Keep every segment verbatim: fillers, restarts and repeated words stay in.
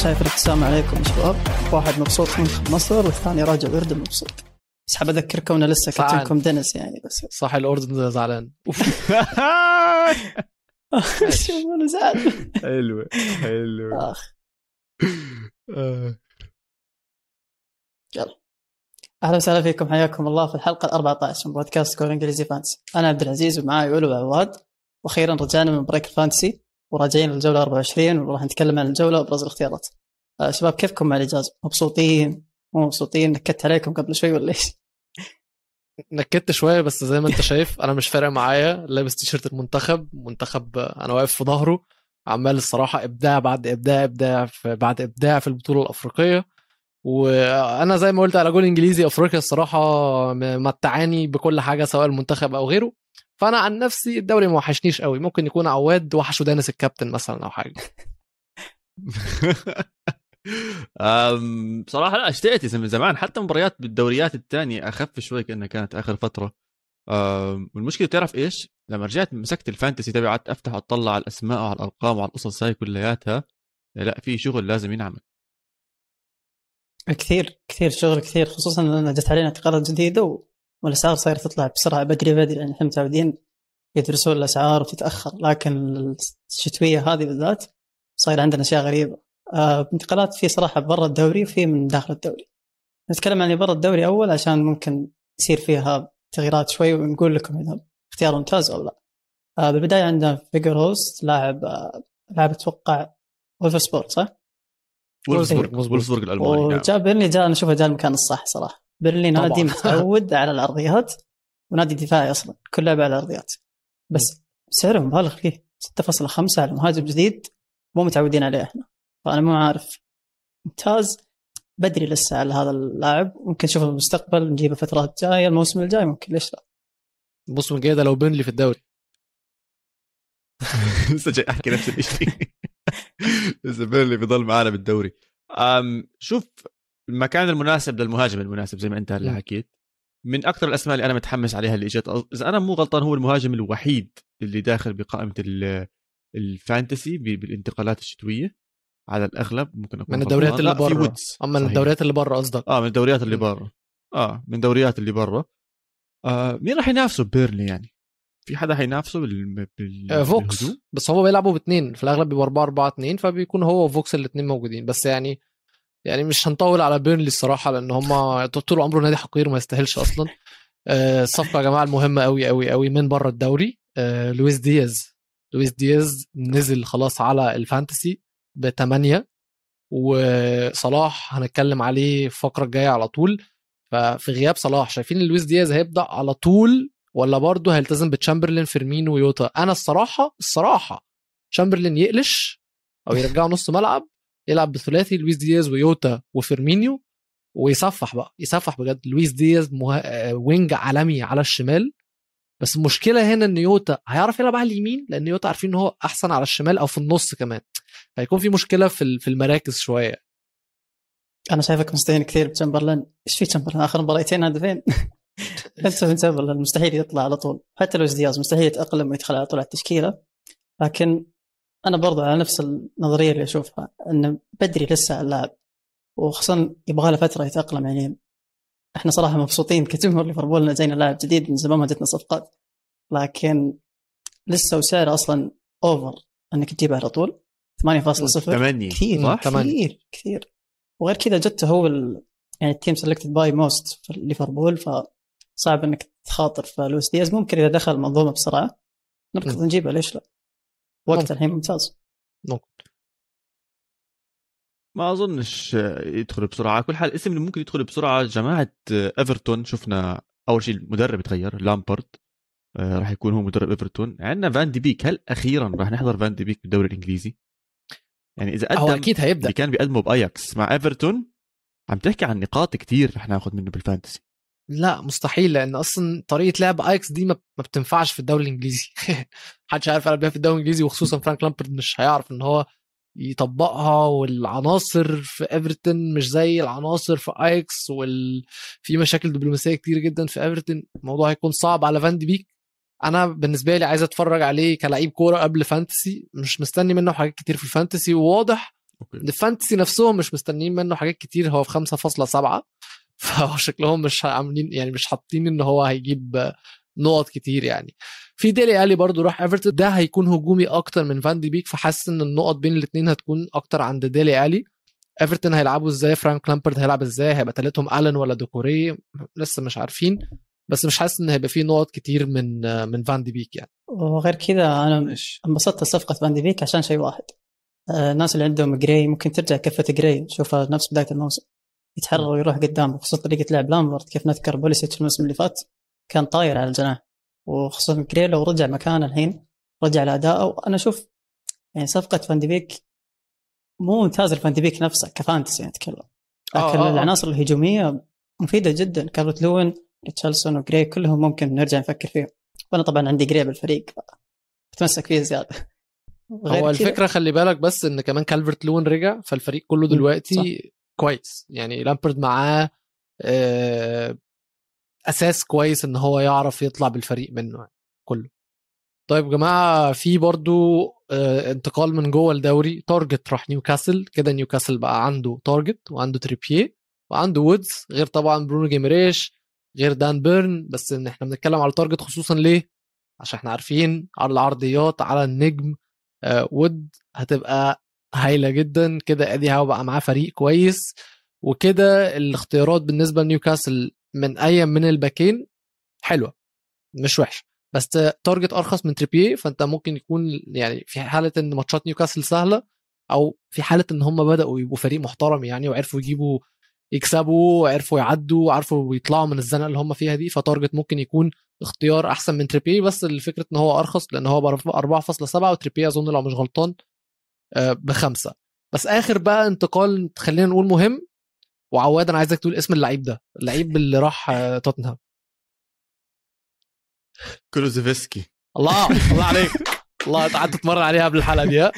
شايف الابتسام عليكم يا شباب، واحد مبسوط من مصر والثاني راجع الأردن مبسوط. بس حاب أذكركم أنا لسه كاتبكم دنس يعني بس صح الأردن زعلان. شو أنا زعل. حلوة حلوة. آخ يلا أهلا وسهلا فيكم، حياكم الله في الحلقة الأربعة عشر من بودكاست كور إنجليزي فانتسي. أنا عبد العزيز ومعاي علو وعواد، وأخيرا رجعنا من بريك الفانتسي وراجعين للجولة أربعة وعشرين وراح نتكلم عن الجولة وأبرز الاختيارات. آه شباب كيفكم مع الإجازة؟ مبسوطين مو مبسوطين؟ نكدت عليكم قبل شوي ولا إيش؟ نكدت شوية بس زي ما انت شايف أنا مش فارق معايا، لابس تيشيرت المنتخب منتخب أنا واقف في ظهره، عمال الصراحة إبداع بعد إبداع إبداع في بعد إبداع في البطولة الأفريقية. وأنا زي ما قلت على جول إنجليزي أفريقيا الصراحة متعاني بكل حاجة سواء المنتخب أو غيره. فأنا عن نفسي الدوري ما وحشنيش قوي، ممكن يكون عواد وحشه دانس الكابتن مثلا أو حاجة. أم بصراحة لا اشتقت من زمان، حتى مباريات بالدوريات الثانية أخف شوي كأنها كانت آخر فترة. والمشكلة تعرف إيش؟ لما رجعت مسكت الفانتسي تبعي قعدت أفتح أطلع على الأسماء وعلى الأرقام وعلى القصص هاي كلياتها، لا في شغل لازم ينعمل كثير كثير شغل كثير، خصوصا لأن جت علينا انتقالات جديدة والأسعار صايرة تطلع بسرعة بدري بدري، يعني احنا متعودين يدرسون الأسعار وتتأخر، لكن الشتوية هذه بالذات صاير عندنا أشياء غريبة. آه انتقالات في صراحة برا الدوري وفي من داخل الدوري. نتكلم عن برا الدوري أول عشان ممكن يصير فيها تغييرات شوي ونقول لكم إذا اختيار ممتاز أو لا. آه بالبداية عندنا فيجر هوست لاعب آه لاعب أتوقع وولفسبورغ صح؟ وولفسبورغ وولفسبورغ الألماني. وجاء بيرني جاء أنا أشوفه جاء المكان الصح صراحة. بيرني نادي متعود على الأرضيات ونادي دفاعي أصلا كل لعبة على الأرضيات، بس سعره مبالغ فيه ستة فاصلة خمسة على مهاجم جديد مو متعودين عليه احنا. فأنا مو عارف ممتاز بدري لسه على هذا اللاعب، ممكن نشوفه بالمستقبل نجيبه فترات جاية الموسم الجاي ممكن ليش لا. الموسم الجاي ده لو بيرنلي في الدوري لسه جاي احكي نفس الشيء. لسه بيرنلي بيضل معانا بالدوري. أم شوف المكان المناسب للمهاجم المناسب زي ما انت هلا حكيت، من اكثر الاسماء اللي انا متحمس عليها اللي اجت، اذا انا مو غلطان هو المهاجم الوحيد اللي داخل بقائمه الفانتسي بالانتقالات الشتويه على الاغلب. ممكن اكون من الدوريات اللي برا، اما من الدوريات اللي برا قصدك؟ اه من الدوريات اللي برا. اه من الدوريات اللي برا. آه مين راح ينافسه بيرني؟ يعني في حدا هينافسه بال... بال... آه فوكس بالهجوم؟ بس هم بيلعبوا باثنين في الاغلب، بيبقوا أربعة أربعة اثنين، فبيكون هو وفوكس الاثنين موجودين. بس يعني يعني مش هنطول على بيرنلي الصراحه لان هم طول عمره نادي حقير وما يستاهلش اصلا. آه الصفقه يا جماعه المهمه قوي قوي قوي من بره الدوري، آه لويس دياز. لويس دياز نزل خلاص على الفانتسي بثمانية، وصلاح هنتكلم عليه الفقره الجايه على طول. ففي غياب صلاح شايفين لويس دياز هيبدا على طول ولا برضه هيلتزم بتشامبرلين فيرمينو ويوتا؟ انا الصراحه الصراحه تشامبرلين يقلش او يرجعه نص ملعب، يلعب بثلاثي لويس دياز ويوتا وفيرمينيو ويصفح بقى يصفح بجد. لويس دياز مه... وينج عالمي على الشمال، بس المشكله هنا ان يوتا هيعرف يلعب على اليمين لان يوتا عارفين ان هو احسن على الشمال او في النص كمان، فيكون في مشكله في في المراكز شويه. انا شايفك مستهين كثير بتشامبرلين. ايش في تشامبرلين اخر مباراتين هدفين؟ انت من تشامبرلين مستحيل يطلع على طول، حتى لو دياز مستحيل يتاقلم ويدخل على طول على التشكيله. لكن انا برضو على نفس النظريه اللي اشوفها انه بدري لسه على اللاعب، وخصوصا يبغى له فتره يتاقلم. يعني احنا صراحه مبسوطين كجمهور ليفربول جاينا لاعب جديد، من زمان ما جتنا صفقات، لكن لسه وسعره اصلا اوفر انك تجيبه على طول. ثمانية فاصلة صفر كثير كثير كثير. وغير كذا جته هو ال... يعني التيم سلكتد باي موست في ليفربول، فصعب انك تخاطر في لويس دياز. ممكن اذا دخل المنظومه بسرعه نركض نجيبه ليش لا، وقت الحين ممتاز. ممكن ما اظنش يدخل بسرعه. كل حال الاسم اللي ممكن يدخل بسرعه جماعه ايفرتون. شفنا اول شيء المدرب تغير، لامبارد آه راح يكون هو مدرب ايفرتون. عندنا فان دي بيك، هل اخيرا راح نحضر فان دي بيك بالدوري الانجليزي؟ يعني اذا قدم اكيد هيبدا اللي كان بيقدمه باياكس مع ايفرتون، عم تحكي عن نقاط كتير رح ناخذ منه بالفانتسي. لا مستحيل، لان اصلا طريقه لعب اياكس دي ما بتنفعش في الدوري الانجليزي. محدش عارف يلعب بيها في الدوري الانجليزي، وخصوصا فرانك لامبرد مش هيعرف ان هو يطبقها. والعناصر في ايفرتون مش زي العناصر في اياكس، وفي مشاكل دبلوماسيه كتير جدا في ايفرتون. الموضوع هيكون صعب على فان دي بيك. انا بالنسبه لي عايز اتفرج عليه كلاعب كوره قبل فانتسي، مش مستني منه حاجات كتير في الفانتسي. وواضح الفانتسي نفسهم مش مستنيين منه حاجات كتير، هو في خمسة فاصلة سبعة، فهو شكلهم مش عاملين يعني مش حاطين ان هو هيجيب نقط كتير يعني. في ديلي ألي برضو راح ايفرتون، ده هيكون هجومي اكتر من فان دي بيك، فحاسس ان النقط بين الاثنين هتكون اكتر عند ديلي ألي. ايفرتون هيلعبوا ازاي؟ فرانك لامبرد هيلعب ازاي؟ هيبقى ثالثهم الن ولا دوكوري؟ لسه مش عارفين، بس مش حاسس ان هيبقى فيه نقط كتير من من فان دي بيك يعني. وغير كذا انا انبسطت صفقه فان دي بيك عشان شيء واحد، الناس اللي عندهم جراي ممكن ترجع كفه جراي نشوفها نفس بدايه الموسم، يتحرر ويروح قدام، خصوصا طريقه لعب لامبرد. كيف نذكر بوليسيتش الموسم اللي فات كان طاير على الجناح، وخصوصا جراي لو رجع مكانه الحين رجع لأداءه. وأنا أشوف يعني صفقة فان دي بيك مو ممتاز لفان دي بيك نفسه كفانتسي نتكلم، لكن آه آه. العناصر الهجومية مفيدة جدا، كارلوت لوين ريتشارلسون وجراي كلهم ممكن نرجع نفكر فيهم. وأنا طبعا عندي جراي بالفريق بتمسك فيه زيادة. هو الفكرة خلي بالك بس إن كمان كالفرت لوين رجع، فالفريق كله دلوقتي صح. كويس يعني، لامبرد معاه أساس كويس إن هو يعرف يطلع بالفريق منه يعني كله. طيب جماعة، في برضو انتقال من جوه الدوري، تارجت راح نيوكاسل كده. نيوكاسل بقى عنده تارجت وعنده تريبيه وعنده وودز، غير طبعا برونو جيميريش، غير دان بيرن. بس ان احنا بنتكلم على تارجت خصوصا ليه؟ عشان احنا عارفين على العرضيات على النجم آه وود هتبقى هايلة جدا كده. ادي هاو بقى معاه فريق كويس وكده. الاختيارات بالنسبة لنيوكاسل من اي من الباكين حلوة مش وحش، بس تارجت ارخص من تريبيه، فانت ممكن يكون يعني في حاله ان ماتشات نيوكاسل سهله، او في حاله ان هم بداوا يبقوا فريق محترم يعني، وعرفوا يجيبوا يكسبوا وعرفوا يعدوا وعرفوا يطلعوا من الزنقه اللي هم فيها دي، فتارجت ممكن يكون اختيار احسن من تريبيه. بس الفكره ان هو ارخص لان هو ب أربعة فاصلة سبعة وتريبيه اظن لو مش غلطان بخمسة. بس اخر بقى انتقال خلينا نقول مهم، وعواد انا عايزك تقول اسم اللعيب ده، اللعيب اللي راح توتنهام. كولوزيفسكي. الله الله عليك، الله قعدت تتمرن عليها قبل الحلقه دي.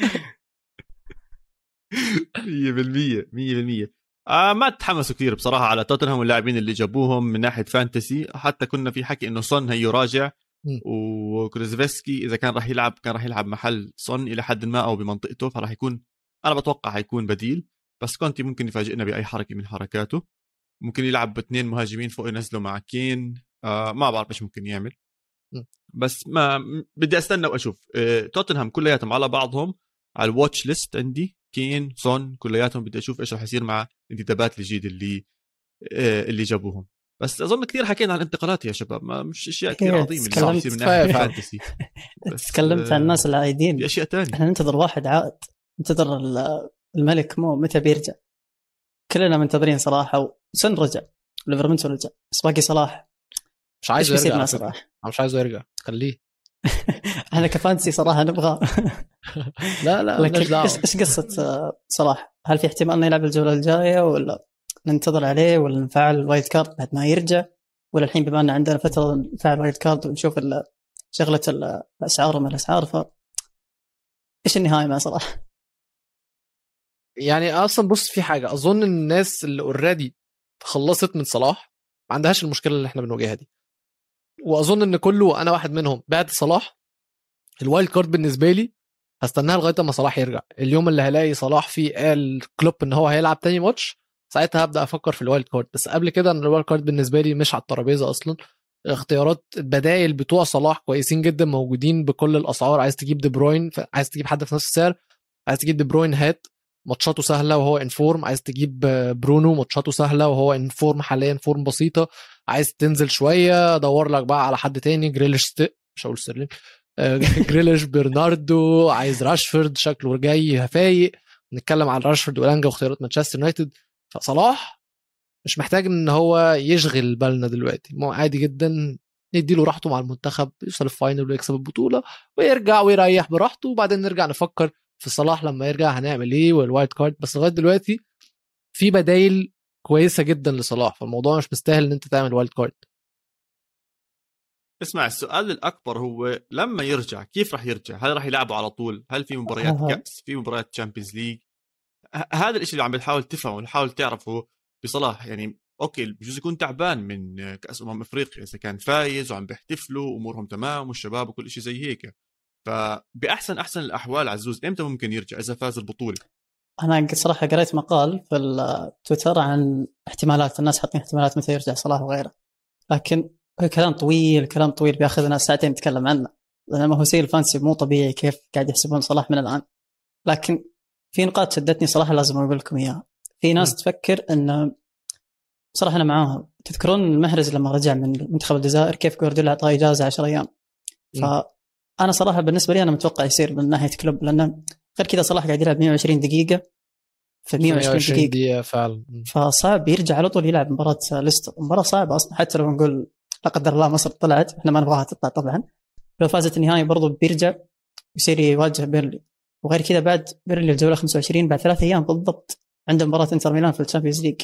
مية بالمية مية بالمية. آه ما تحمسوا كثير بصراحه على توتنهام واللاعبين اللي جابوهم من ناحيه فانتسي. حتى كنا في حكي انه صن هي راجع، وكولوزيفسكي اذا كان راح يلعب كان راح يلعب محل صن الى حد ما او بمنطقته، فراح يكون انا بتوقع هيكون بديل. بس كونتي ممكن يفاجئنا باي حركه من حركاته، ممكن يلعب باثنين مهاجمين فوق ينزلوا مع كين. آه ما بعرف ايش ممكن يعمل، بس ما بدي استنى واشوف. اه توتنهام كلياتهم على بعضهم على الواتش ليست عندي، كين صون كلياتهم بدي اشوف ايش راح يصير مع الانتدابات الجديده اللي اه اللي جابوهم. بس اظن كثير حكينا عن الانتقالات يا شباب، ما مش اشياء كثير عظيمه اللي صار يصير من ناحيه فانتسي. تكلمت عن الناس العايدين، في اشياء ثانيه. احنا ننتظر واحد عائد، ننتظر الملك مو متى بيرجع. كلنا منتظرين صراحه، وسن رجع ليفرمنتون رجع، بس باقي صلاح مش عايز يرجع صراحه. انا مش عايزه يرجع، خليه. احنا كفانسي صراحه نبغى. لا لا لكن ايش قصه صلاح؟ هل في احتمال انه يلعب الجوله الجايه، ولا ننتظر عليه، ولا نفعل الوايلد كارد بعد ما يرجع، ولا الحين بما ان عندنا فتره نفعل الوايلد كارد ونشوف شغله الاسعار وما الاسعار؟ ف ايش النهايه مع صلاح؟ يعني اصلا بص، في حاجه اظن ان الناس اللي اوريدي خلصت من صلاح ما عندهاش المشكله اللي احنا بنواجهها دي، واظن ان كله انا واحد منهم. بعد صلاح الوايلد كارد بالنسبه لي هستناها لغايه ما صلاح يرجع. اليوم اللي هلاقي صلاح فيه قال كلوب ان هو هيلعب تاني ماتش، ساعتها هبدا افكر في الوايلد كارد. بس قبل كده ان الوايلد كارد بالنسبه لي مش على الترابيزه اصلا. اختيارات البدائل بتوع صلاح كويسين جدا، موجودين بكل الاسعار. عايز تجيب دي بروين، عايز تجيب حد في نفس السعر، عايز تجيب دي بروين هات، ماتشاته سهله وهو انفورم. عايز تجيب برونو، ماتشاته سهله وهو انفورم حاليا، فورم بسيطه. عايز تنزل شويه دور لك بقى على حد تاني، جريليش ست... مش هقول ستيرلينج جريليش، برناردو، عايز راشفورد شكله جاي فايق. نتكلم عن راشفورد ولانجا واختيارات مانشستر يونايتد. فصلاح مش محتاج ان هو يشغل بالنا دلوقتي، مو عادي جدا نديله راحته مع المنتخب، يوصل الفاينل ويكسب البطوله ويرجع ويريح براحته، وبعدين نرجع نفكر في صلاح لما يرجع هنعمل ايه والوايلد كارد. بس لغايه دلوقتي في بدايل كويسه جدا لصلاح، فالموضوع مش مستاهل ان انت تعمل وايلد كارد. اسمع، السؤال الاكبر هو لما يرجع كيف راح يرجع؟ هل راح يلعبوا على طول؟ هل في مباريات آه. كاس، في مباريات تشامبيونز ليج؟ هذا الاشي اللي عم بتحاول تفهمه وتحاول تعرفه بصلاح. يعني اوكي بجوز يكون تعبان من كاس امم افريقيا، اذا كان فايز وعم بيحتفلوا امورهم تمام والشباب وكل شيء زي هيك، فباحسن احسن الاحوال عزوز امتى ممكن يرجع؟ اذا فاز البطوله انا صراحه قريت مقال في التويتر عن احتمالات، الناس حاطين احتمالات متى يرجع صلاح وغيره، لكن هو كلام طويل كلام طويل بياخذنا ساعتين نتكلم عنه، لأن ما هو سيل الفانسي مو طبيعي كيف قاعد يحسبون صلاح من الآن. لكن في نقاط شدتني صراحة لازم أقول لكم إياها. في ناس م. تفكر أن صراحة أنا معاهم. تذكرون المحرز لما رجع من منتخب الجزائر كيف جوارديولا أعطاه إجازة عشر أيام؟ فأنا صراحة بالنسبة لي أنا متوقع يصير من ناحية كلوب، لأن غير كذا صلاح قاعد يلعب مية وعشرين دقيقة في مية وعشرين دقيقة, دقيقة فعلا، فصعب يرجع على طول يلعب مباراة ليستر. مباراة صعبة أصلا، حتى لو نقول لا قدر الله مصر طلعت، إحنا ما نبغاها تطلع طبعا، لو فازت النهائي برضو بيرجع يصير يواجه بيرلي. وغير كذا بعد بيرلي الجولة خمسة وعشرين بعد ثلاثة أيام بالضبط عنده مباراة انتر ميلان في الشامبيونز ليج.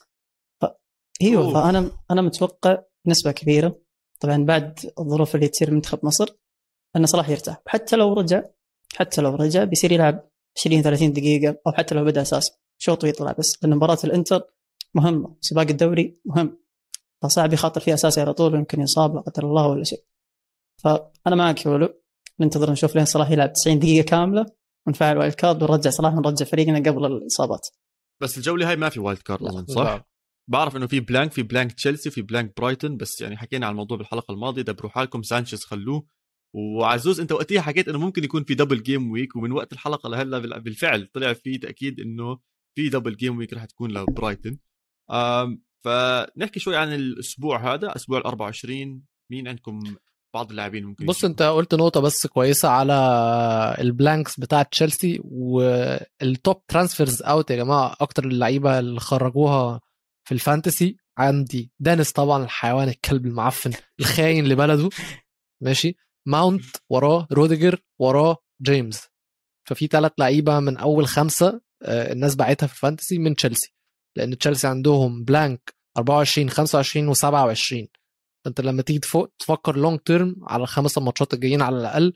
ايوه فانا انا متوقع نسبه كبيره طبعا بعد الظروف اللي تصير منتخب مصر ان صلاح يرتاح، حتى لو رجع حتى لو رجع بيصير يلعب عشرين ثلاثين دقيقه، او حتى لو بدا اساسي شوط ويطلع، بس لان مباراه الانتر مهمه، سباق الدوري مهم، فصعب يخاطر فيه اساسي على طول ويمكن يصاب لا قدر الله ولا شيء. فانا معك يا ولو، ننتظر نشوف لين صلاح يلعب تسعين دقيقه كامله ونفعل وايلد كارد ونرجع صلاح ونرجع فريقنا قبل الاصابات. بس الجوله هاي ما في وايلد كارد اظن صح؟ لا. بعرف انه في بلانك في بلانك تشيلسي في بلانك برايتون، بس يعني حكينا عن الموضوع بالحلقه الماضيه، دبروا حالكم، سانشيز خلوه. وعزوز انت وقتها حكيت انه ممكن يكون في دبل جيم ويك، ومن وقت الحلقه لهلا بالفعل طلع في تاكيد انه في دبل جيم ويك راح تكون لبرايتون. فنحكي شوي عن الاسبوع هذا، اسبوع الأربعة وعشرين. مين عندكم بعض اللاعبين ممكن؟ بص انت قلت نقطه بس كويسه على البلانكس بتاعه تشيلسي والتوب ترانسفيرز اوت. يا جماعه اكتر اللعيبه اللي خرجوها في الفانتسي عندي دانيس طبعا، الحيوان الكلب المعفن الخاين لبلده، ماشي، ماونت وراه، روديجر وراه، جيمس. ففي ثلاث لعيبه من اول خمسه الناس باعتها في الفانتسي من تشيلسي، لان تشيلسي عندهم بلانك أربعة وعشرين خمسة وعشرين وسبعة وعشرين. انت لما تيجي تفوق تفكر لونج تيرم على الخمس ماتشات الجايين على الاقل،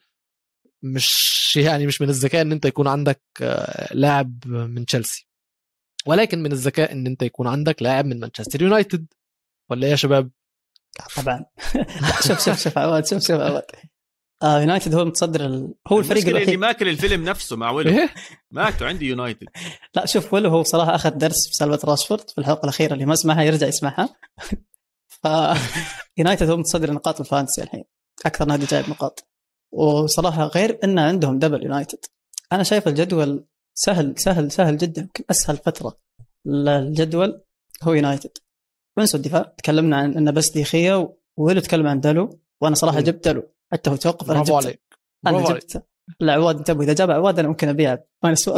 مش يعني مش من الذكاء ان انت يكون عندك لاعب من تشيلسي، ولكن من الذكاء ان انت يكون عندك لاعب من مانشستر يونايتد. ولا ايه يا شباب؟ طبعا. شوف شوف شوف عواد شوف شوف عواد آه يونايتد هو متصدر ال... هو الفريق الوحيد اللي ماكل الفيلم نفسه مع ويلو. ماكته عندي يونايتد. لا شوف ويلو هو صراحه اخذ درس في سالفه راشفورد في الحلقه الاخيره، اللي ما سمعها يرجع يسمعها. ف يونايتد هو متصدر نقاط الفانتسي الحين، اكثر نادي جايب نقاط. وصراحه غير ان عندهم دبل يونايتد، انا شايف الجدول سهل سهل سهل جدا، يمكن اسهل فتره الجدول هو يونايتد. ونسوا الدفاع، تكلمنا عن انه بس ديخيه، وويلو تكلم عن دالو، وانا صراحه جبت دالو حتى هو توقف. انا برافو عليك، انا جبت العواد. انتبه اذا جاب عواد انا ممكن ابيع، ما السؤال.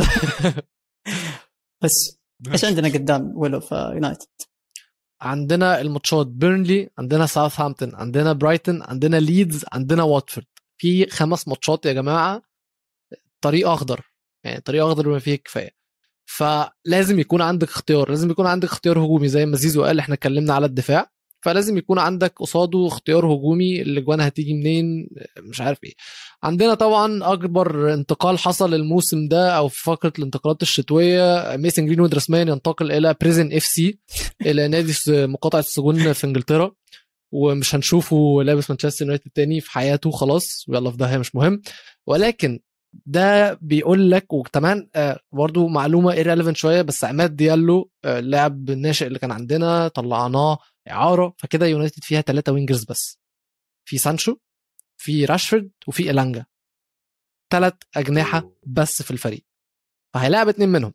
بس ايش عندنا قدام ويلو في يونايتد؟ عندنا الماتشات بيرنلي، عندنا ساوثهامبتون، عندنا برايتون، عندنا ليدز، عندنا واتفورد. في خمس ماتشات يا جماعه، طريق اخضر، يعني طريق اخضر ما فيه كفايه. فلازم يكون عندك اختيار، لازم يكون عندك اختيار هجومي زي ما زيزو قال. احنا اتكلمنا على الدفاع، فلازم يكون عندك قصاده اختيار هجومي. الاجوان هتيجي منين مش عارف ايه. عندنا طبعا اكبر انتقال حصل الموسم ده او في فقره الانتقالات الشتويه، ميسن جرينوود رسميا ينتقل الى بريزن اف سي، الى نادي مقاطعه السجون في انجلترا، ومش هنشوفه لابس مانشستر يونايتد تاني في حياته خلاص، يلا في ده مش مهم. ولكن ده بيقول لك، وكمان برضو معلومه irrelevant شويه، بس عماد ديالو اللاعب الناشئ اللي كان عندنا طلعناه اعاره، فكده يونايتد فيها ثلاثة وينجرز بس، في سانشو، في راشفورد، وفي إلانجا. ثلاث اجنحه بس في الفريق، فهيلاعب اتنين منهم.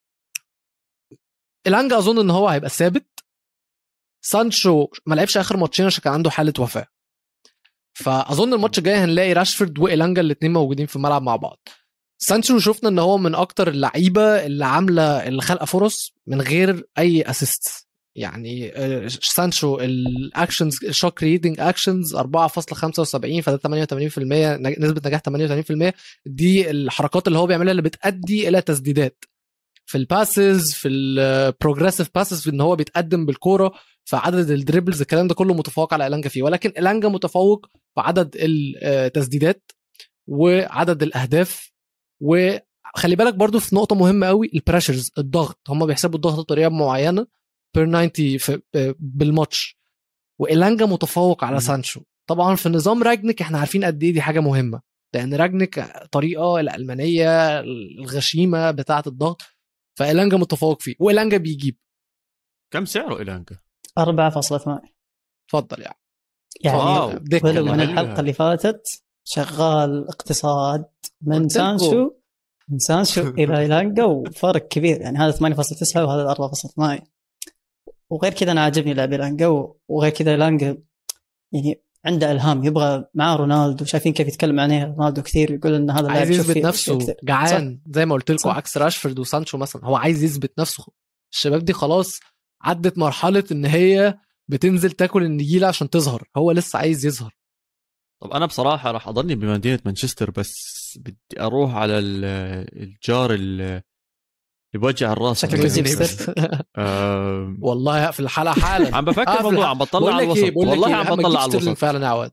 إلانجا اظن ان هو هيبقى ثابت. سانشو ما لعبش اخر ماتشين عشان كان عنده حاله وفاه، فاظن الماتش الجاي هنلاقي راشفورد وإلانجا الاثنين موجودين في الملعب مع بعض. سانشو شفنا ان هو من اكتر اللعيبه اللي عامله اللي خلق فرص من غير اي اسيست. يعني سانشو الاكشنز الشوت كرييتنج اكشنز أربعة فاصلة خمسة وسبعين، فده ثمانية وثمانين بالمية نسبه نجاح، ثمانية وثمانين بالمية. دي الحركات اللي هو بيعملها اللي بتؤدي الى تسديدات في الباسز، في البروجريسيف باسز، في ان هو بيتقدم بالكوره، فعدد الدريبلز الكلام ده كله متفوق على إلانجا فيه. ولكن إلانجا متفوق في عدد التسديدات وعدد الاهداف. وخلي بالك برضو في نقطه مهمه قوي، البريشرز، الضغط. هم بيحسبوا الضغط بطريقه معينه بير تسعين في بالماتش، وإلانجا متفوق على سانشو. طبعا في نظام راجنيك احنا عارفين قد ايه دي حاجه مهمه، لان راجنيك طريقه الالمانيه الغشيمه بتاعه الضغط، فإيلانجا متفوق فيه، وإيلانجا بيجيب. كم سعره إيلانجا؟ أربعة فاصلة ثمانية. تفضل يعني يعني ولو من حلوة. الحلقة اللي فاتت شغال اقتصاد من سانشو من سانشو إلى إيلانجا وفرق كبير، يعني هذا ثمانية فاصلة تسعة وهذا أربعة فاصلة ثمانية. وغير كذا أنا عاجبني لعب إيلانجا، وغير كذا إيلانجا يعني عنده إلهام، يبغى معاه رونالدو، شايفين كيف يتكلم عنه رونالدو كثير، يقول إن هذا عايز يثبت نفسه، جعان زي ما قلت لكم عكس راشفورد وسانشو مثلا. هو عايز يثبت نفسه. الشباب دي خلاص عدت مرحلة إن هي بتنزل تاكل النجيلة عشان تظهر، هو لسه عايز يظهر. طب أنا بصراحة راح أضلني بمدينة مانشستر، بس بدي أروح على الجار اللي بوجع الراس. شكله يزيد أه... والله في الحلقة حالا عم بفكر والله، عم بطلع على الوسط والله، عم بطلع على الوسط فعلا عواد.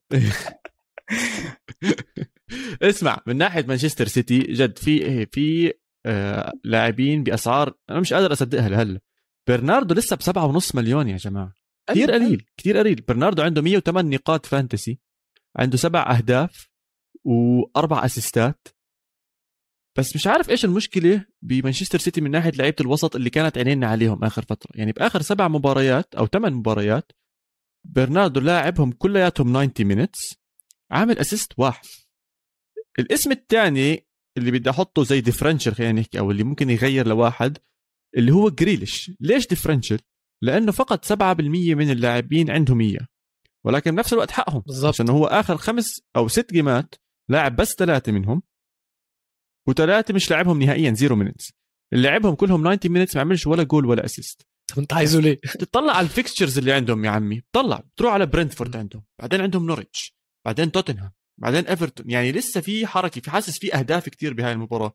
اسمع، من ناحية مانشستر سيتي جد في في آه لاعبين بأسعار أنا مش قادر أصدقها لهلا. برناردو لسه بسبعة ونص مليون يا جماعة، كتير قليل كتير قليل. برناردو عنده مية وثمانية نقاط فانتسي، عنده سبع أهداف وأربع أسيستات، بس مش عارف إيش المشكلة بمانشستر سيتي من ناحية لعيبة الوسط اللي كانت عينينا عليهم آخر فترة. يعني بآخر سبع مباريات أو ثمان مباريات برناردو لاعبهم كلياتهم تسعين minutes، عامل أسيست واحد. الاسم الثاني اللي بدي أحطه زي ديفرنشل خلينا نحكي، أو اللي ممكن يغير لواحد، اللي هو جريليش. ليش ديفرنشل؟ لأنه فقط سبعة بالمية من اللاعبين عندهم إياه، ولكن بنفس الوقت حقهم بالضبط، عشان هو آخر خمس أو ست جيمات لاعب بس ثلاثة منهم، وثلاثة مش لاعبهم نهائيا زيرو مينتس. اللي لعبهم كلهم تسعين مينتس ما عملش ولا جول ولا أسيست. طب أنت عايزه ليه؟ تطلع على الفيكتشرز اللي عندهم يا عمي، طلع تروح على برينتفورد عندهم، بعدين عندهم نوريتش، بعدين توتنهام، بعدين ايفرتون. يعني لسه في حركه، في حاسس في اهداف كتير بهاي المباراه.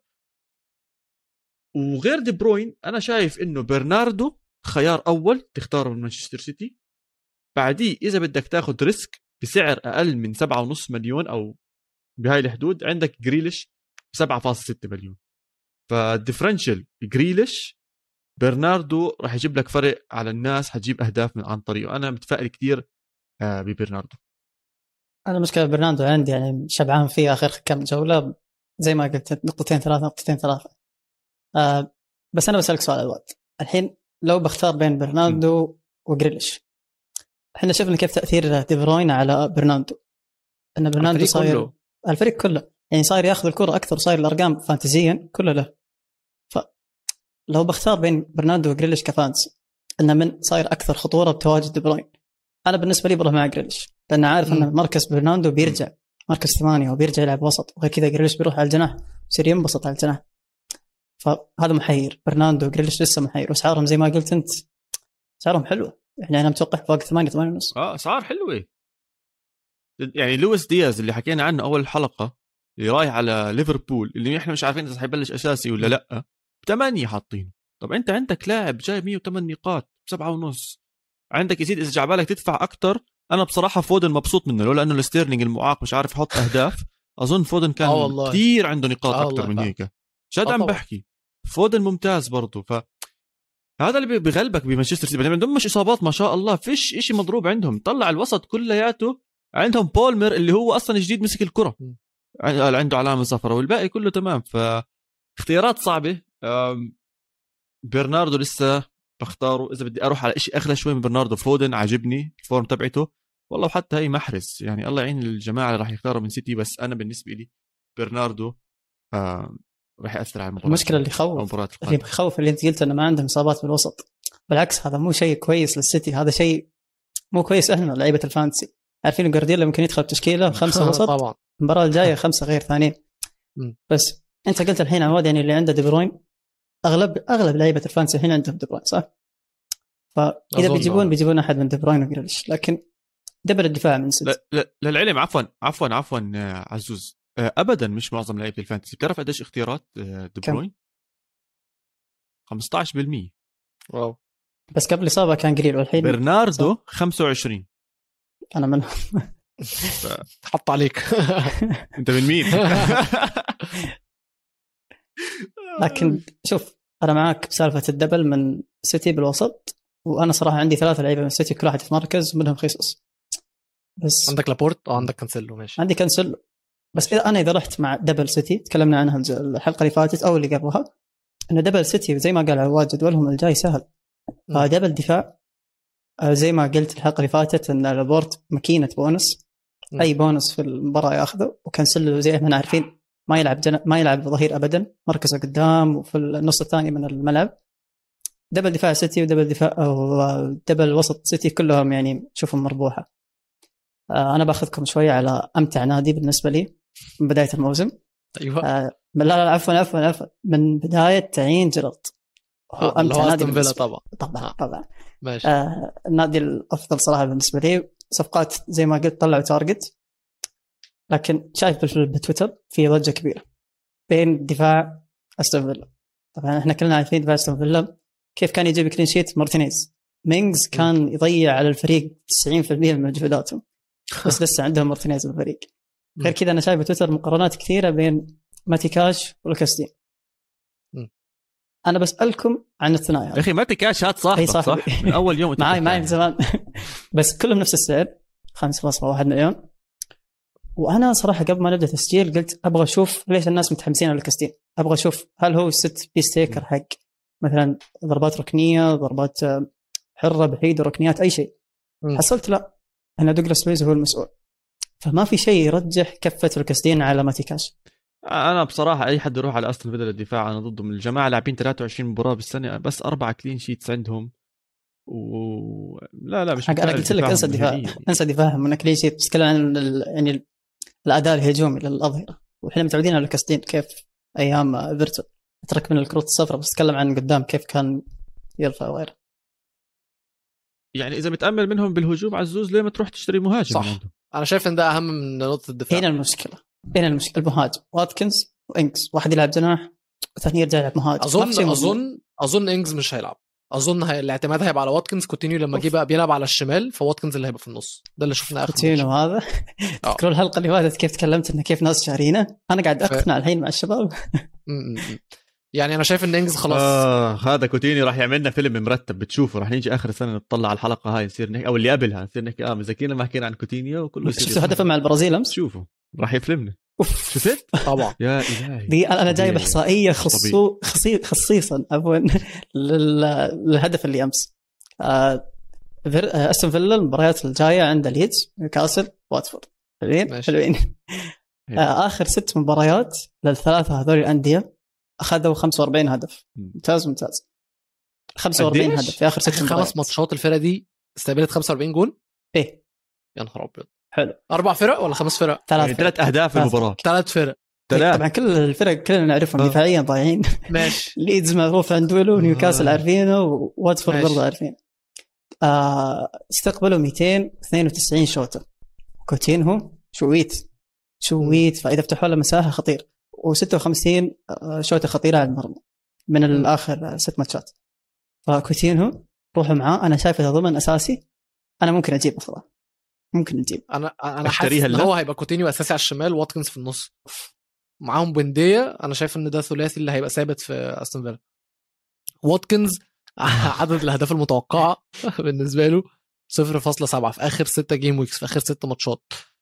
وغير دي بروين انا شايف انه برناردو خيار اول تختاره من مانشستر سيتي. بعديه اذا بدك تاخد ريسك بسعر اقل من سبعة ونص مليون او بهاي الحدود، عندك جريليش سبعة فاصلة ستة مليون. فالديفرنشل جريليش برناردو راح يجيب لك فرق على الناس، حتجيب اهداف من عن طريقه. انا متفائل كتير ببرناردو. أنا مشكلة برناردو عندي يعني شبعان فيه آخر كم جولة، زي ما قلت نقطتين ثلاثة نقطتين ثلاثة. آه بس أنا بسألك سؤال الوقت الحين، لو بختار بين برناردو م. وجريليش، احنا شفنا كيف تأثير دي بروين على برناردو، أن برناردو صاير كله. الفريق كله يعني صاير يأخذ الكرة أكثر، صاير الأرقام فانتزيا كله له. فلو بختار بين برناردو وجريليش كفانس، أن من صاير أكثر خطورة بتواجد دي بروين، أنا بالنسبة لي بروح مع جريليش، لأن عارف أن مركز برناردو بيرجع مركز ثمانية وبيرجع يلعب وسط، وغير كذا جريليش بيروح على الجناح يصير ينبسط على الجناح. فهذا محير. برناردو وجريليش لسه محير، واسعارهم زي ما قلت أنت اسعارهم حلوة، يعني أنا متوقع فوق ثمانية ثمانية ونص. آه أسعار حلوة. يعني لويس دياز اللي حكينا عنه أول الحلقة اللي رايح على ليفربول، اللي إحنا مش عارفين إذا حيبلش أساسي ولا لأ، بثمانية حاطين. طب أنت عندك لاعب جاي مية وثمانية نقاط بسبعة ونص، عندك يزيد إذا جعبالك تدفع أكتر. أنا بصراحة فودن مبسوط منه، لولا أنه الستيرلينج المعاق مش عارف يحط أهداف. أظن فودن كان آه كتير عنده نقاط آه أكتر من هيك. شاد عم بحكي فودن ممتاز برضو. فهذا اللي بغلبك بمانشستر سيتي. عندهم مش إصابات ما شاء الله، فيش إشي مضروب عندهم. طلع الوسط كلياته، عندهم بولمر اللي هو أصلا جديد مسك الكرة عنده علامة صفراء، والباقي كله تمام. فاختيارات صعبة. برناردو لسه بختاره. إذا بدي أروح على إشي أغلى شوي من برناردو، فودن عجبني الفورم تبعته والله، وحتى هي محرز. يعني الله يعين الجماعة اللي راح يختاروا من سيتي، بس أنا بالنسبة لي برناردو آه راح يأثر على المباراة. المشكلة اللي يخوف اللي يخوف اللي أنت قلت إنه ما عندهم إصابات بالوسط. بالعكس هذا مو شيء كويس للسيتي، هذا شيء مو كويس. إحنا لعيبة الفانتسي عارفين جوارديولا ممكن يدخل تشكيلة خمسة وسط طبعا المباراة الجاية خمسة غير ثانيين. بس أنت قلت الحين عواد يعني اللي عنده دي بروين، أغلب أغلب لعيبة الفانتسي الحين عندهم دي بروين صح؟ فإذا بيجيبون بيجيبون أحد من دي بروين وجريليش، لكن دبل الدفاع من سيتي. لا للعلم عفوا عفوا عفوا عزوز، ابدا مش معظم لعيبه الفانتسي. بتعرف قديش اختيارات دي بروين؟ خمسة عشر بالمية. واو. بس قبل الاصابه كان قليل، والحين برناردو صح؟ خمسة وعشرين. انا من حط عليك. انت من مين؟ لكن شوف انا معك بسالفه الدبل من سيتي بالوسط، وانا صراحه عندي ثلاثه لعيبه من سيتي كل واحد في مركز منهم خيسوس. بس عندك لابورت او عندك كانسيلو. ماشي عندي كانسيلو. بس اذا انا اذا رحت مع دبل سيتي تكلمنا عنها الحلقه اللي فاتت او اللي قبلها، انه دبل سيتي زي ما قال عواد جدولهم الجاي سهل. فدبل دفاع زي ما قلت الحلقه اللي فاتت ان لابورت ماكينه بونس، م. اي بونس في المباراه ياخذه. وكانسلو زي ما احنا عارفين ما يلعب جن... ما يلعب ظهير ابدا، مركزه قدام وفي النص الثاني من الملعب. دبل دفاع سيتي ودبل دفاع او دبل وسط سيتي كلهم يعني شوفهم مربوحه. انا باخذكم شويه على امتع نادي بالنسبه لي من بدايه الموسم. ايوه آه لا لا عفوا عفوا عفوا من بدايه تعيين جيرارد هو آه امتع نادي بالنسبه طبعا طبعا طبعا ماشي. آه النادي الافضل صراحه بالنسبه لي. صفقات زي ما قلت طلعوا تارجت، لكن شايف بتويتر في ضجه كبيره بين دفاع استون فيلا. طبعا احنا كلنا عارفين دفاع استون فيلا كيف كان يجيب كلين شيت. مارتينيز مينجز كان يضيع على الفريق تسعين بالمئة من مجهوداتهم، بس لسه عندهم مارتينيز بالفريق. غير كذا انا شايف بتويتر مقارنات كثيره بين ماتي كاش ولوكاس. انا بسالكم عن الثنائي يا اخي ماتي كاش هات صاحبك صح من اول يوم معي معي من زمان بس كلهم نفس السعر خمسة فاصلة واحد مليون. وانا صراحه قبل ما نبدا تسجيل قلت ابغى اشوف ليش الناس متحمسين على كاستين، ابغى اشوف هل هو ست بيس تيكر حق مثلا ضربات ركنيه، ضربات حره بعيد وركنيات اي شيء. م. حصلت لا ان دوغلاس لويز هو المسؤول، فما في شيء يرجح كفه الكاستين على ماتي كاش. انا بصراحه اي حد يروح على استون فيلا للدفاع انا ضده. من الجماعه لاعبين ثلاثة وعشرين مباراه بالسنه بس اربعه كلين شيتس عندهم و لا لا مش انا قلت لك انسى الدفاع انسى دفاعهم من كلين شيت. بتتكلم عن ال... يعني الاداء الهجومي للاظهره، واحنا متعودين على كاستين كيف ايام فيرتو اترك من الكروت الصفراء، بس اتكلم عن قدام كيف كان يرفع وغيره. يعني اذا متامل منهم بالهجوم عزوز ليه ما تروح تشتري مهاجم صح عندهم؟ انا شايف ان ده اهم من نقطه الدفاع. هنا المشكله هنا المشكله المهاجم واتكنز وانكس، واحد يلعب جناح والثاني يرجع يلعب مهاجم. اظن اظن اظن انكس مش هيلعب. اظن هي... الاعتماد هيبقى على واتكنز. كوتينيو لما جه بقى بيلعب على الشمال فواتكنز اللي هيبقى في النص. ده اللي شفناه اخر كوتينيو هذا تذكروا الحلقه اللي فاتت كيف تكلمت انه كيف ناس شارينه. انا قاعد اقنع ف... الحين مع الشباب يعني انا شايف ان انجز خلاص. آه هذا كوتينيو راح يعملنا فيلم مرتب بتشوفه. راح نيجي اخر السنه نطلع على الحلقه هاي نصير نحكي او اللي قبلها نصير نحكي اه مذاكرين ما حكينا عن كوتينيو وكله. شفتوا هدفه مع البرازيل امس؟ شوفوا راح يفلمنا. شفت طبعا يا الهي دي انا جايب احصائيه خصو خصي خصيصا عفوا للهدف اللي امس. آه استون فيلا المباريات الجايه عند ليدز نيوكاسل واتفورد. حلوين حلوين آه اخر ست مباريات للثلاثه هذول الانديه اخذوا خمسة وأربعين هدف. ممتاز ممتاز. خمسة وأربعين هدف في اخر ست خمس ماتشات. الفرقه دي استقبلت خمسة وأربعين جول. ايه يا نهار ابيض. حلو. اربع فرق ولا خمس فرق؟ ثلاث يعني ثلاث اهداف في المباراه. ثلاث فرق ثلاث. طبعا كل الفرق كلنا نعرفهم آه. دفاعيا ضايعين. ماشي. ليدز معروف عنده، نيوكاسل عارفينه، وواتفورد برضه عارفين. آه استقبلوا مئتين واثنين وتسعين شوطه. كوتينهو شويت شويت فاذا فتحوا له مساحه خطير، وستة وخمسين شوطه خطيره على المرمى من الاخر ست ماتشات. فكوتينهو روحوا معاه. انا شايفه ضمن اساسي. انا ممكن اجيبه صراحه ممكن نجيب. انا انا حاسس ان هو هيبقى كوتينيو اساسي على الشمال واتكنز في النص معاهم بوينديا. انا شايف ان ده ثلاثي اللي هيبقى ثابت في استون فيلا. واتكنز عدد الاهداف المتوقعه بالنسبه له صفر فاصلة سبعة في اخر ستة جيم ويكس في اخر ستة ماتشات.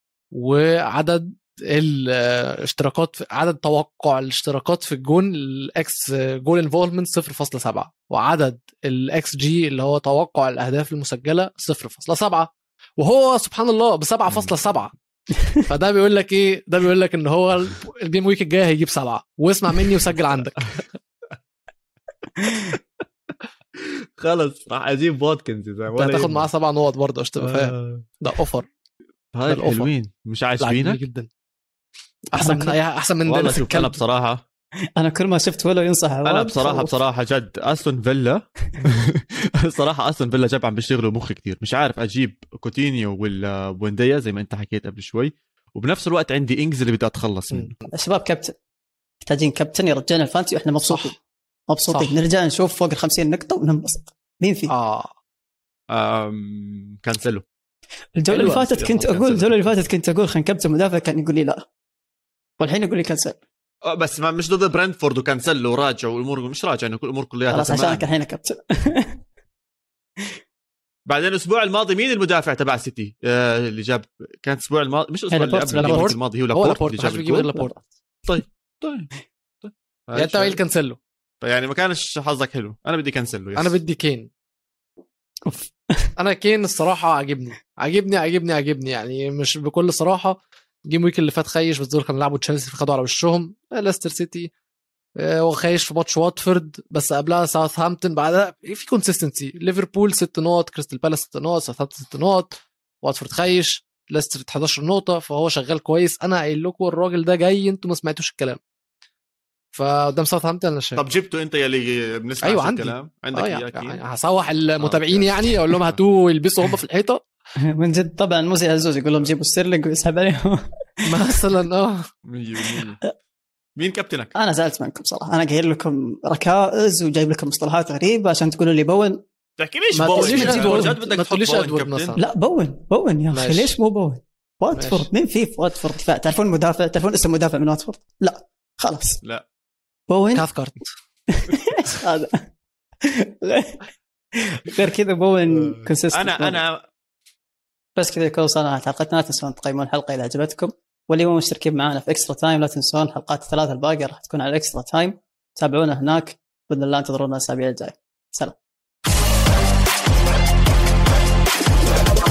وعدد الاشتراكات في عدد توقع الاشتراكات في الجون الاكس جول انفولفمنت صفر فاصلة سبعة، وعدد الاكس جي اللي هو توقع الاهداف المسجله صفر فاصلة سبعة، وهو سبحان الله ب سبعة فاصلة سبعة. فده بيقول لك ايه؟ ده بيقول لك ان هو الجيم ويك الجاي هيجيب سبعة. واسمع مني وسجل عندك. خلص راح اجيب واتكنز اذا ولا هتاخد معاه سبع نقط برضه عشان تبقى فاهم. ده اوفر. هاي حلوين مش عاجبينك جدا. احسن من اي احسن من والله. شوف انا بصراحه انا كل ما شفت ولا ينصح انا بصراحه خوف. بصراحه جد استون فيلا صراحه استون فيلا جاب عم بيشتغلوا مخي كتير. مش عارف اجيب كوتينيو ولا بونديا زي ما انت حكيت قبل شوي، وبنفس الوقت عندي انجز اللي بدي اتخلص منه. الشباب كابتن محتاجين كابتن يرجعنا الفانتسي واحنا مبسوطين مبسوطين. نرجع نشوف فوق الخمسين نقطه وننبسط. مين فيه؟ اه امم كانسلو. الجوله اللي فاتت كنت اقول الجوله اللي فاتت كنت اقول خلينا كابتن مدافع، كان يقول لي لا، والحين يقول لي كانسل. اه بس ما مش ضد برنتفورد وكانسل وراجع والامور مش راجع انه كل الامور كلها خلاص عشانك الحين كابتن. بعدين الاسبوع الماضي مين المدافع تبع سيتي آه اللي جاب؟ كانت الاسبوع الماضي مش الاسبوع اللي قبل الماضي هو لابورت اللي جاب الجول. لابورت. طيب طيب طيب يعني انت مين كانسلو؟ فيعني ما كانش حظك حلو. انا بدي كنسل له. انا بدي كين. انا كين الصراحه عجبني عجبني عجبني عجبني يعني مش بكل صراحه. جيم ويك اللي فات خيش، بس دول كانوا لعبوا تشيلسي فخدوا على وشهم. ليستر سيتي وخيش في ماتش واتفورد، بس قبلها ساوثهامبتون. بعدها في كونسيستنسي. ليفربول ست نقط، كريستال بالاس ست نقط، ساوثهامبتون ست نقط، واتفورد خيش، ليستر حداشر نقطه. فهو شغال كويس. انا قايل لكم الراجل ده جاي، انتوا ما سمعتوش الكلام. فقدام ساوثهامبتون انا شايف. طب جبته انت يلي بنسمع أيوة الكلام عندك آه اياه يعني هصوح المتابعين آه يعني اقول لهم هاتوه يلبسوا هم في الحيطه من جد. طبعا مو زي عزوز يقول لهم جيبوا ستيرلينج ويسحب عليهم مثلا. اه مية بالمية. مين كابتنك؟ انا زعلت منكم صراحه. انا قايل لكم ركائز وجايب لكم مصطلحات غريبه عشان تقولوا لي بون. تحكي ليش ما بون؟ تقوليش يعني أدوارد. جد بدك ما تحط تقوليش بون أدوارد كابتن؟ مثلا. لا بون بون يا اخي، ماشي. ليش مو بون؟ واتفورد مين فيه في واتفورد دفاع؟ تعرفون مدافع؟ تعرفون اسم مدافع من واتفورد؟ لا خلاص لا بون كاثكارت. ايش هذا؟ غير كذا بون كونسيستنت. انا انا بس كذا يكون وصلنا حلقتنا. لا تنسون تقيمون الحلقه اذا عجبتكم، واللي مو مشتركين معنا في اكسترا تايم لا تنسون الحلقات الثلاثه الباقيه راح تكون على اكسترا تايم. تابعونا هناك باذن الله. انتظرونا الاسابيع الجايه. سلام.